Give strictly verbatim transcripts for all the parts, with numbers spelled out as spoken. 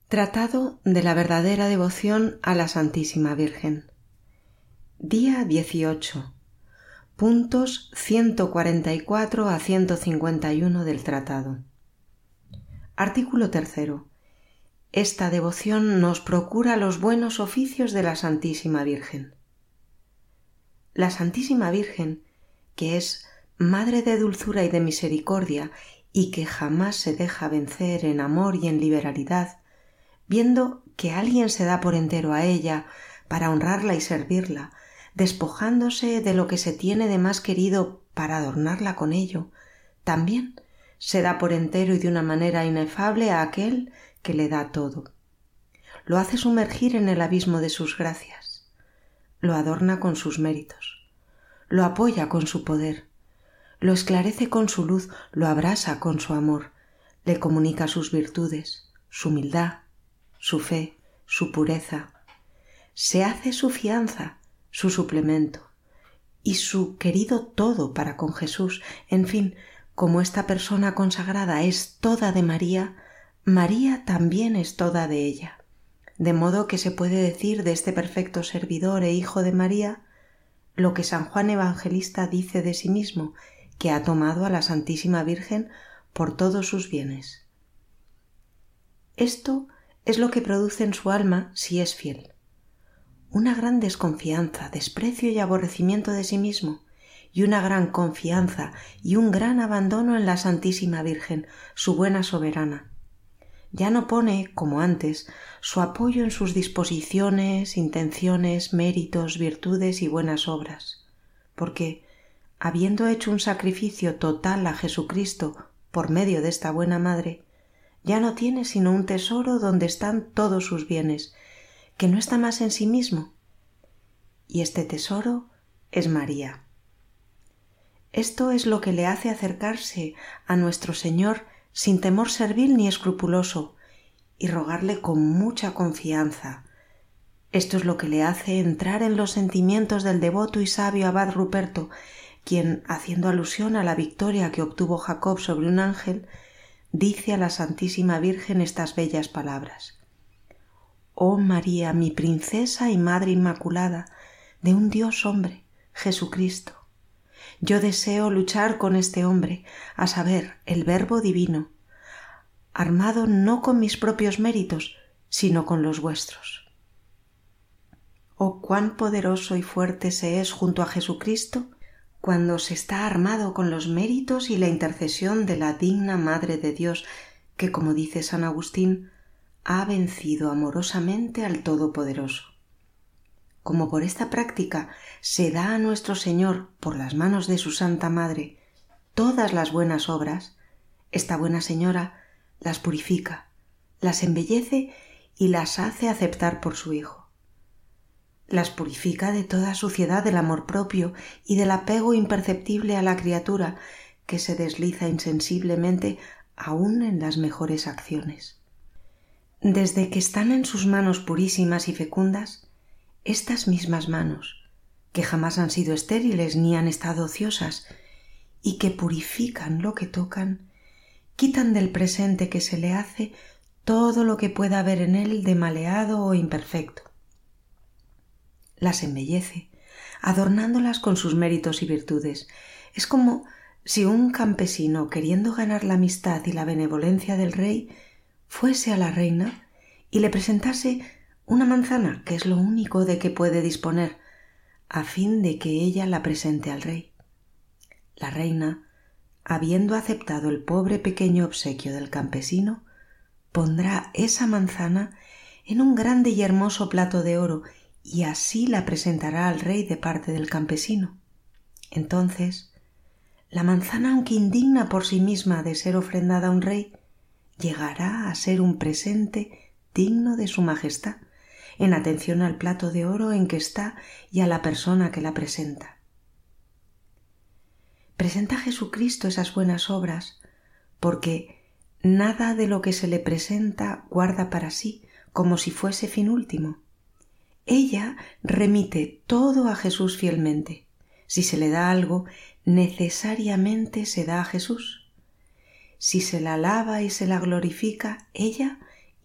Tratado de la verdadera devoción a la Santísima Virgen. Día dieciocho. Puntos ciento cuarenta y cuatro a ciento cincuenta y uno del tratado. Artículo tercero. Esta devoción nos procura los buenos oficios de la Santísima Virgen. La Santísima Virgen, que es Madre de dulzura y de misericordia y que jamás se deja vencer en amor y en liberalidad, viendo que alguien se da por entero a ella para honrarla y servirla, despojándose de lo que se tiene de más querido para adornarla con ello, también se da por entero y de una manera inefable a aquel que le da todo. Lo hace sumergir en el abismo de sus gracias, lo adorna con sus méritos, lo apoya con su poder, lo esclarece con su luz, lo abrasa con su amor, le comunica sus virtudes, su humildad, su fe, su pureza, se hace su fianza, su suplemento y su querido todo para con Jesús. En fin, como esta persona consagrada es toda de María, María también es toda de ella, de modo que se puede decir de este perfecto servidor e hijo de María lo que San Juan Evangelista dice de sí mismo, que ha tomado a la Santísima Virgen por todos sus bienes. Esto es lo que produce en su alma si es fiel. Una gran desconfianza, desprecio y aborrecimiento de sí mismo, y una gran confianza y un gran abandono en la Santísima Virgen, su buena soberana. Ya no pone, como antes, su apoyo en sus disposiciones, intenciones, méritos, virtudes y buenas obras, porque, habiendo hecho un sacrificio total a Jesucristo por medio de esta buena Madre, ya no tiene sino un tesoro donde están todos sus bienes, que no está más en sí mismo. Y este tesoro es María. Esto es lo que le hace acercarse a nuestro Señor sin temor servil ni escrupuloso y rogarle con mucha confianza. Esto es lo que le hace entrar en los sentimientos del devoto y sabio abad Ruperto, quien, haciendo alusión a la victoria que obtuvo Jacob sobre un ángel, dice a la Santísima Virgen estas bellas palabras: «Oh María, mi princesa y Madre Inmaculada, de un Dios hombre, Jesucristo, yo deseo luchar con este hombre, a saber, el Verbo Divino, armado no con mis propios méritos, sino con los vuestros. Oh, cuán poderoso y fuerte se es junto a Jesucristo cuando se está armado con los méritos y la intercesión de la digna Madre de Dios, que, como dice San Agustín, ha vencido amorosamente al Todopoderoso. Como por esta práctica se da a nuestro Señor, por las manos de su Santa Madre, todas las buenas obras, esta buena Señora las purifica, las embellece y las hace aceptar por su Hijo. Las purifica de toda suciedad del amor propio y del apego imperceptible a la criatura que se desliza insensiblemente aún en las mejores acciones. Desde que están en sus manos purísimas y fecundas, estas mismas manos, que jamás han sido estériles ni han estado ociosas, y que purifican lo que tocan, quitan del presente que se le hace todo lo que pueda haber en él de maleado o imperfecto. Las embellece, adornándolas con sus méritos y virtudes. Es como si un campesino, queriendo ganar la amistad y la benevolencia del rey, fuese a la reina y le presentase una manzana, que es lo único de que puede disponer, a fin de que ella la presente al rey. La reina, habiendo aceptado el pobre pequeño obsequio del campesino, pondrá esa manzana en un grande y hermoso plato de oro y así la presentará al rey de parte del campesino. Entonces, la manzana, aunque indigna por sí misma de ser ofrendada a un rey, llegará a ser un presente digno de su majestad, en atención al plato de oro en que está y a la persona que la presenta. Presenta a Jesucristo esas buenas obras, porque nada de lo que se le presenta guarda para sí, como si fuese fin último. Ella remite todo a Jesús fielmente. Si se le da algo, necesariamente se da a Jesús. Si se la alaba y se la glorifica, ella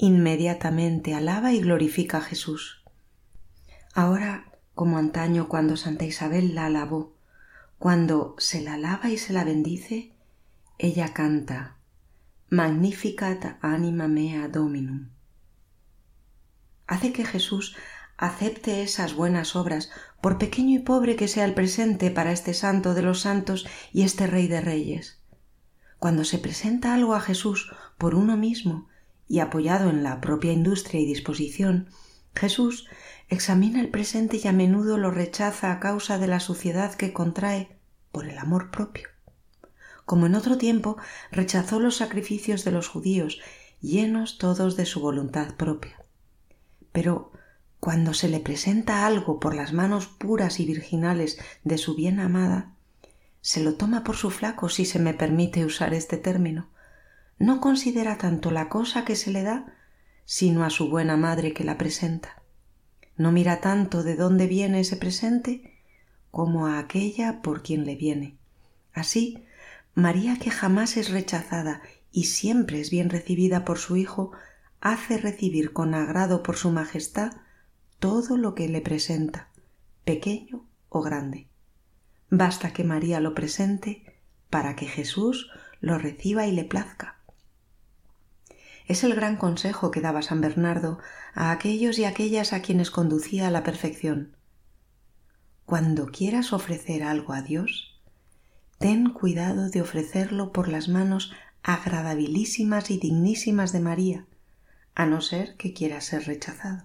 inmediatamente alaba y glorifica a Jesús. Ahora, como antaño cuando Santa Isabel la alabó, cuando se la alaba y se la bendice, ella canta Magnificat anima mea Dominum. Hace que Jesús acepte esas buenas obras, por pequeño y pobre que sea el presente para este santo de los santos y este rey de reyes. Cuando se presenta algo a Jesús por uno mismo y apoyado en la propia industria y disposición, Jesús examina el presente y a menudo lo rechaza a causa de la suciedad que contrae por el amor propio. Como en otro tiempo rechazó los sacrificios de los judíos, llenos todos de su voluntad propia. Pero cuando se le presenta algo por las manos puras y virginales de su bien amada, se lo toma por su flaco, si se me permite usar este término. No considera tanto la cosa que se le da, sino a su buena madre que la presenta. No mira tanto de dónde viene ese presente, como a aquella por quien le viene. Así, María, que jamás es rechazada y siempre es bien recibida por su Hijo, hace recibir con agrado por su majestad todo lo que le presenta, pequeño o grande. Basta que María lo presente para que Jesús lo reciba y le plazca. Es el gran consejo que daba San Bernardo a aquellos y aquellas a quienes conducía a la perfección. Cuando quieras ofrecer algo a Dios, ten cuidado de ofrecerlo por las manos agradabilísimas y dignísimas de María, a no ser que quieras ser rechazado.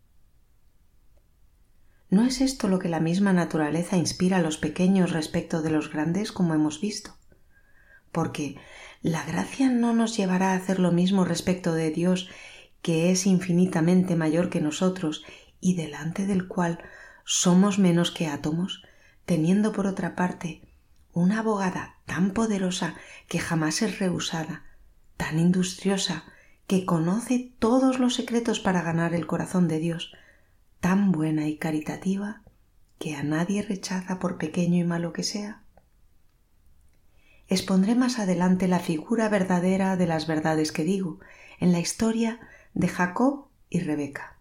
¿No es esto lo que la misma naturaleza inspira a los pequeños respecto de los grandes, como hemos visto? Porque la gracia no nos llevará a hacer lo mismo respecto de Dios, que es infinitamente mayor que nosotros y delante del cual somos menos que átomos, teniendo por otra parte una abogada tan poderosa que jamás es rehusada, tan industriosa que conoce todos los secretos para ganar el corazón de Dios, tan buena y caritativa que a nadie rechaza por pequeño y malo que sea. Expondré más adelante la figura verdadera de las verdades que digo, en la historia de Jacob y Rebeca.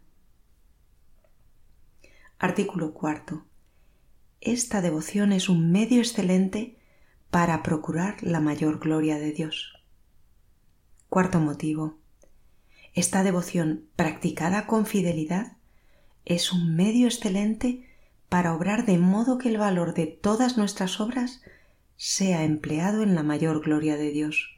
Artículo cuarto. Esta devoción es un medio excelente para procurar la mayor gloria de Dios. Cuarto motivo. Esta devoción practicada con fidelidad es un medio excelente para obrar de modo que el valor de todas nuestras obras sea empleado en la mayor gloria de Dios.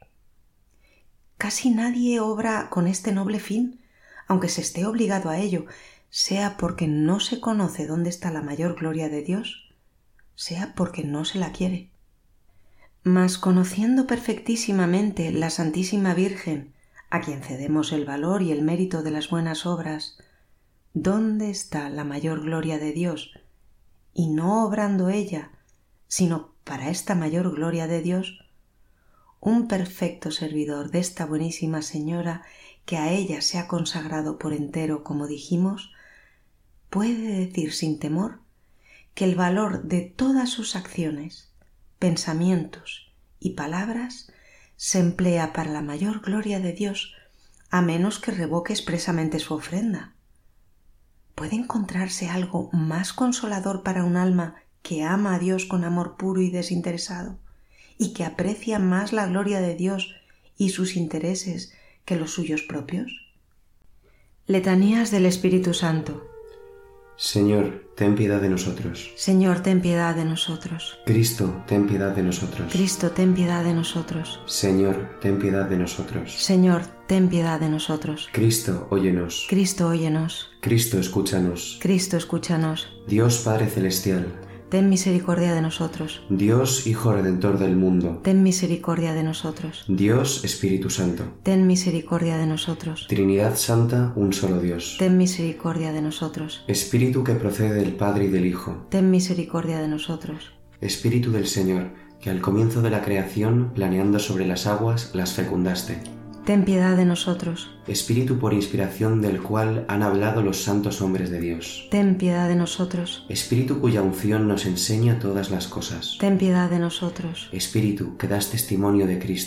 Casi nadie obra con este noble fin, aunque se esté obligado a ello, sea porque no se conoce dónde está la mayor gloria de Dios, sea porque no se la quiere. Mas conociendo perfectísimamente la Santísima Virgen, a quien cedemos el valor y el mérito de las buenas obras, ¿dónde está la mayor gloria de Dios? Y no obrando ella, sino para esta mayor gloria de Dios, un perfecto servidor de esta buenísima Señora, que a ella se ha consagrado por entero, como dijimos, puede decir sin temor que el valor de todas sus acciones, pensamientos y palabras se emplea para la mayor gloria de Dios, a menos que revoque expresamente su ofrenda. ¿Puede encontrarse algo más consolador para un alma que ama a Dios con amor puro y desinteresado, y que aprecia más la gloria de Dios y sus intereses que los suyos propios? Letanías del Espíritu Santo. Señor, ten piedad de nosotros. Señor, ten piedad de nosotros. Cristo, ten piedad de nosotros. Cristo, ten piedad de nosotros. Señor, ten piedad de nosotros. Señor, ten piedad de nosotros. Cristo, óyenos. Cristo, óyenos. Cristo, escúchanos. Cristo, escúchanos. Dios Padre Celestial, ten misericordia de nosotros. Dios Hijo Redentor del mundo, ten misericordia de nosotros. Dios Espíritu Santo, ten misericordia de nosotros. Trinidad Santa, un solo Dios. ten misericordia de nosotros. Espíritu que procede del Padre y del Hijo, ten misericordia de nosotros. Espíritu del Señor, que al comienzo de la creación, planeando sobre las aguas, las fecundaste. ten piedad de nosotros. Espíritu por inspiración del cual han hablado los santos hombres de Dios. ten piedad de nosotros. Espíritu cuya unción nos enseña todas las cosas. ten piedad de nosotros. Espíritu que das testimonio de Cristo.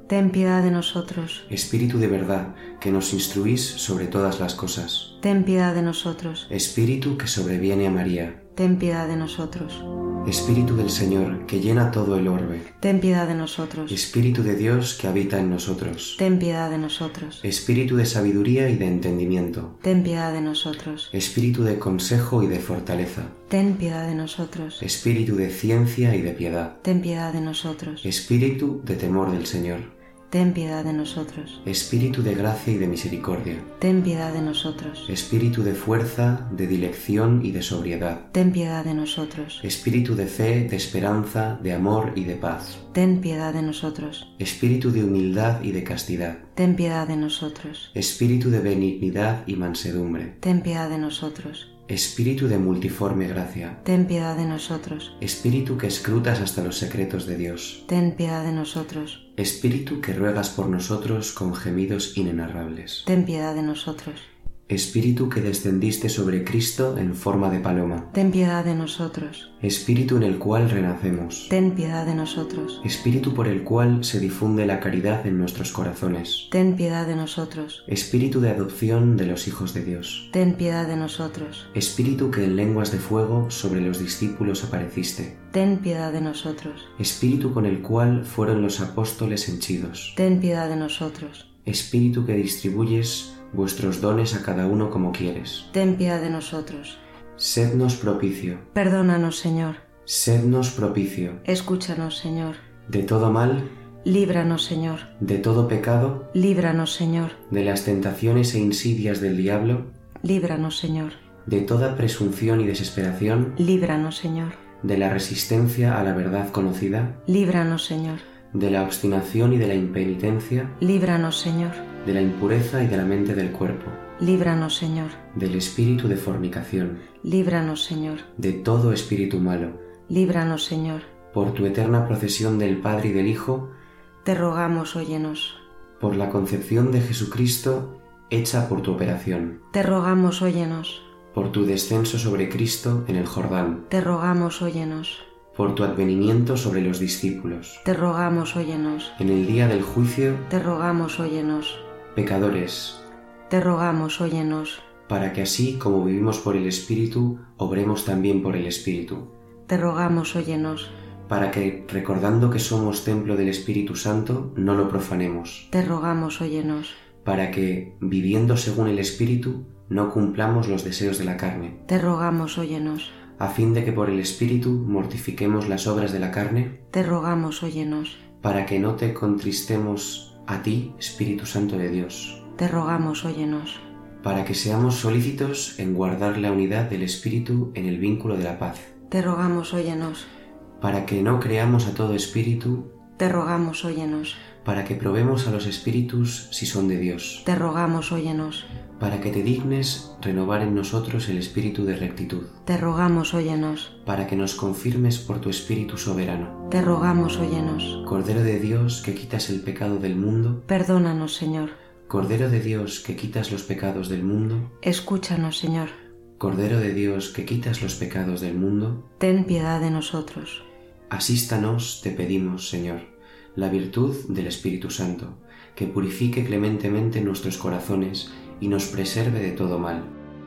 ten piedad de nosotros. Espíritu de verdad, que nos instruís sobre todas las cosas. Ten piedad de nosotros. Espíritu que sobreviene a María. Ten piedad de nosotros. Espíritu del Señor, que llena todo el orbe. Ten piedad de nosotros. Espíritu de Dios, que habita en nosotros. Ten piedad de nosotros. Espíritu de sabiduría y de entendimiento. Ten piedad de nosotros. Espíritu de consejo y de fortaleza. Ten piedad de nosotros. Espíritu de ciencia y de piedad. Ten piedad de nosotros. Espíritu de temor del Señor. Ten piedad de nosotros. Espíritu de gracia y de misericordia. Ten piedad de nosotros. Espíritu de fuerza, de dilección y de sobriedad. Ten piedad de nosotros. Espíritu de fe, de esperanza, de amor y de paz. Ten piedad de nosotros. Espíritu de humildad y de castidad. Ten piedad de nosotros. Espíritu de benignidad y mansedumbre. Ten piedad de nosotros. Espíritu de multiforme gracia. Ten piedad de nosotros. Espíritu que escrutas hasta los secretos de Dios. Ten piedad de nosotros. Espíritu que ruegas por nosotros con gemidos inenarrables. Ten piedad de nosotros. Espíritu que descendiste sobre Cristo en forma de paloma. Ten piedad de nosotros. Espíritu en el cual renacemos. Ten piedad de nosotros. Espíritu por el cual se difunde la caridad en nuestros corazones. Ten piedad de nosotros. Espíritu de adopción de los hijos de Dios. Ten piedad de nosotros. Espíritu que en lenguas de fuego sobre los discípulos apareciste. Ten piedad de nosotros. Espíritu con el cual fueron los apóstoles henchidos. Ten piedad de nosotros. Espíritu que distribuyes vuestros dones a cada uno como quieres. Ten piedad de nosotros. Sednos propicio. Perdónanos, Señor. Sednos propicio. Escúchanos, Señor. De todo mal. Líbranos, Señor. De todo pecado. Líbranos, Señor. De las tentaciones e insidias del diablo. Líbranos, Señor. De toda presunción y desesperación. Líbranos, Señor. De la resistencia a la verdad conocida. Líbranos, Señor. De la obstinación y de la impenitencia. Líbranos, Señor. De la impureza y de la mente del cuerpo. Líbranos, Señor. Del espíritu de fornicación. Líbranos, Señor. De todo espíritu malo. Líbranos, Señor. Por tu eterna procesión del Padre y del Hijo. Te rogamos, óyenos. Por la concepción de Jesucristo hecha por tu operación. Te rogamos, óyenos. Por tu descenso sobre Cristo en el Jordán. Te rogamos, óyenos. Por tu advenimiento sobre los discípulos. Te rogamos, óyenos. En el día del juicio. Te rogamos, óyenos. Pecadores. Te rogamos, óyenos. Para que así como vivimos por el Espíritu, obremos también por el Espíritu. Te rogamos, óyenos. Para que, recordando que somos templo del Espíritu Santo, no lo profanemos. Te rogamos, óyenos. Para que, viviendo según el Espíritu, no cumplamos los deseos de la carne. Te rogamos, óyenos. A fin de que por el Espíritu mortifiquemos las obras de la carne. Te rogamos, óyenos. Para que no te contristemos a ti, Espíritu Santo de Dios. Te rogamos, óyenos. Para que seamos solícitos en guardar la unidad del Espíritu en el vínculo de la paz. Te rogamos, óyenos. Para que no creamos a todo espíritu. Te rogamos, óyenos. Para que probemos a los espíritus si son de Dios. Te rogamos, óyenos. Para que te dignes renovar en nosotros el espíritu de rectitud. Te rogamos, óyenos. Para que nos confirmes por tu Espíritu soberano. Te rogamos, óyenos. Cordero de Dios, que quitas el pecado del mundo. Perdónanos, Señor. Cordero de Dios, que quitas los pecados del mundo. Escúchanos, Señor. Cordero de Dios, que quitas los pecados del mundo. Ten piedad de nosotros. Asístanos, te pedimos, Señor, la virtud del Espíritu Santo, que purifique clementemente nuestros corazones y nos preserve de todo mal.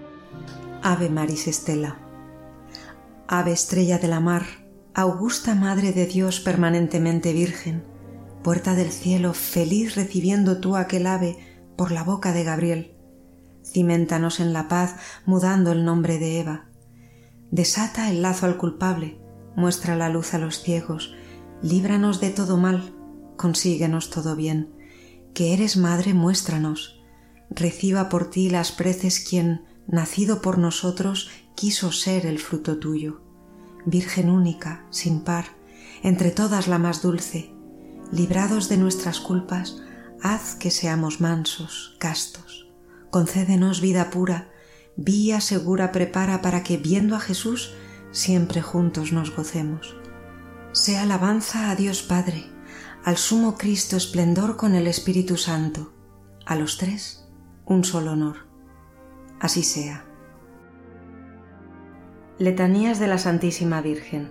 Ave Maris Stella. Ave estrella de la mar, augusta Madre de Dios permanentemente Virgen, puerta del cielo, feliz recibiendo tú aquel ave por la boca de Gabriel. Ciméntanos en la paz, mudando el nombre de Eva. Desata el lazo al culpable, muestra la luz a los ciegos, líbranos de todo mal, consíguenos todo bien. Que eres madre, muéstranos. Reciba por ti las preces quien, nacido por nosotros, quiso ser el fruto tuyo. Virgen única, sin par, entre todas la más dulce, librados de nuestras culpas, haz que seamos mansos, castos. Concédenos vida pura, vía segura prepara para que, viendo a Jesús, siempre juntos nos gocemos. Sea alabanza a Dios Padre, al Sumo Cristo esplendor con el Espíritu Santo, a los tres un solo honor. Así sea. Letanías de la Santísima Virgen.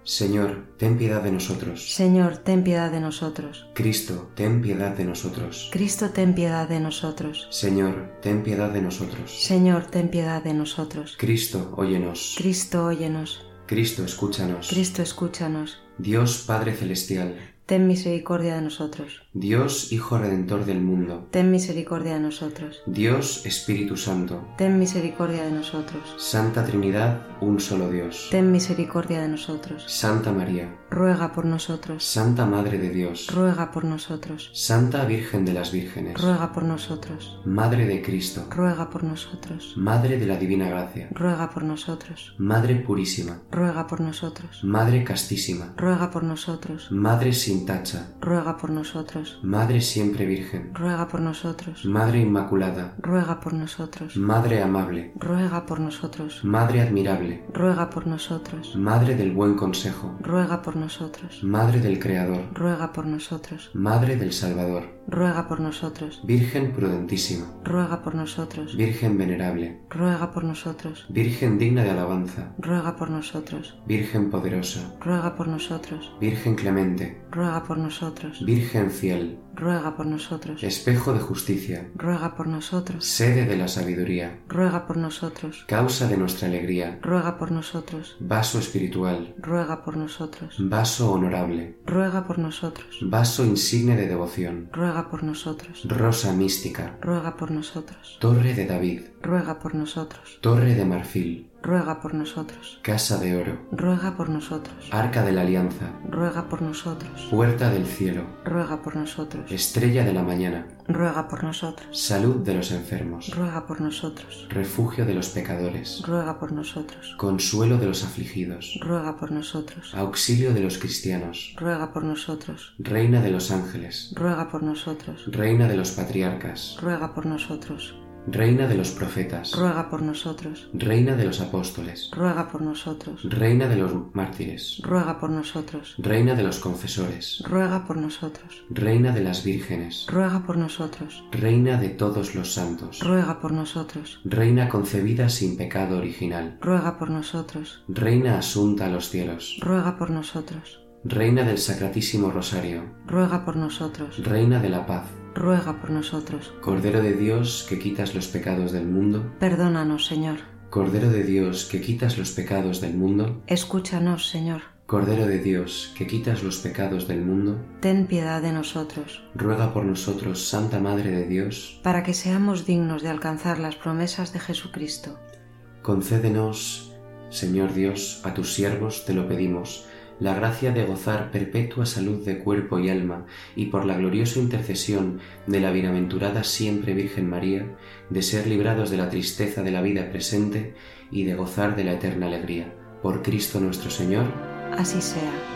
Señor, ten piedad de nosotros. Señor, ten piedad de nosotros. Cristo, ten piedad de nosotros. Cristo, ten piedad de nosotros. Señor, ten piedad de nosotros. Señor, ten piedad de nosotros. Cristo, óyenos. Cristo, óyenos. Cristo, escúchanos. Cristo, escúchanos. Dios Padre Celestial, ten misericordia de nosotros. Dios Hijo Redentor del mundo, ten misericordia de nosotros. Dios Espíritu Santo, ten misericordia de nosotros. Santa Trinidad, un solo Dios. ten misericordia de nosotros. Santa María, ruega por nosotros. Santa Madre de Dios, ruega por nosotros. Santa Virgen de las Vírgenes, ruega por nosotros. Madre de Cristo, ruega por nosotros. Madre de la Divina Gracia, ruega por nosotros. Madre Purísima, ruega por nosotros. Madre Castísima, ruega por nosotros. Madre sin tacha, ruega por nosotros. Madre siempre Virgen, ruega por nosotros. Madre Inmaculada, ruega por nosotros. Madre amable, ruega por nosotros. Madre admirable, ruega por nosotros. Madre del buen consejo, ruega por nosotros. Madre del Creador, ruega por nosotros. Madre del Salvador, ruega por nosotros. Virgen prudentísima, ruega por nosotros. Virgen venerable, ruega por nosotros. Virgen digna de alabanza, ruega por nosotros. Virgen poderosa, ruega por nosotros. Virgen clemente, ruega por nosotros. Virgen fiel, ruega por nosotros. espejo de justicia, ruega por nosotros. sede de la sabiduría, ruega por nosotros. causa de nuestra alegría, ruega por nosotros. vaso espiritual, ruega por nosotros. vaso honorable, ruega por nosotros. vaso insigne de devoción, ruega por nosotros. rosa mística, ruega por nosotros. torre de David, ruega por nosotros. torre de marfil, ruega por nosotros. casa de oro, ruega por nosotros. arca de la alianza, ruega por nosotros. puerta del cielo, ruega por nosotros. estrella de la mañana, ruega por nosotros. salud de los enfermos, ruega por nosotros. refugio de los pecadores, ruega por nosotros. consuelo de los afligidos, ruega por nosotros. auxilio de los cristianos, ruega por nosotros. reina de los ángeles, ruega por nosotros. reina de los patriarcas, ruega por nosotros. reina de los profetas, ruega por nosotros. reina de los apóstoles, ruega por nosotros. reina de los mártires, ruega por nosotros. reina de los confesores, ruega por nosotros. reina de las vírgenes, ruega por nosotros. reina de todos los santos, ruega por nosotros. reina concebida sin pecado original, ruega por nosotros. reina asunta a los cielos, ruega por nosotros. reina del Sacratísimo Rosario, ruega por nosotros. reina de la paz, ruega por nosotros. Cordero de Dios que quitas los pecados del mundo, perdónanos, Señor. Cordero de Dios que quitas los pecados del mundo, escúchanos, Señor. Cordero de Dios que quitas los pecados del mundo, ten piedad de nosotros. ruega por nosotros, Santa Madre de Dios, para que seamos dignos de alcanzar las promesas de Jesucristo. Concédenos, Señor Dios, a tus siervos te lo pedimos, la gracia de gozar perpetua salud de cuerpo y alma, y por la gloriosa intercesión de la bienaventurada siempre Virgen María, de ser librados de la tristeza de la vida presente y de gozar de la eterna alegría. Por Cristo nuestro Señor. Así sea.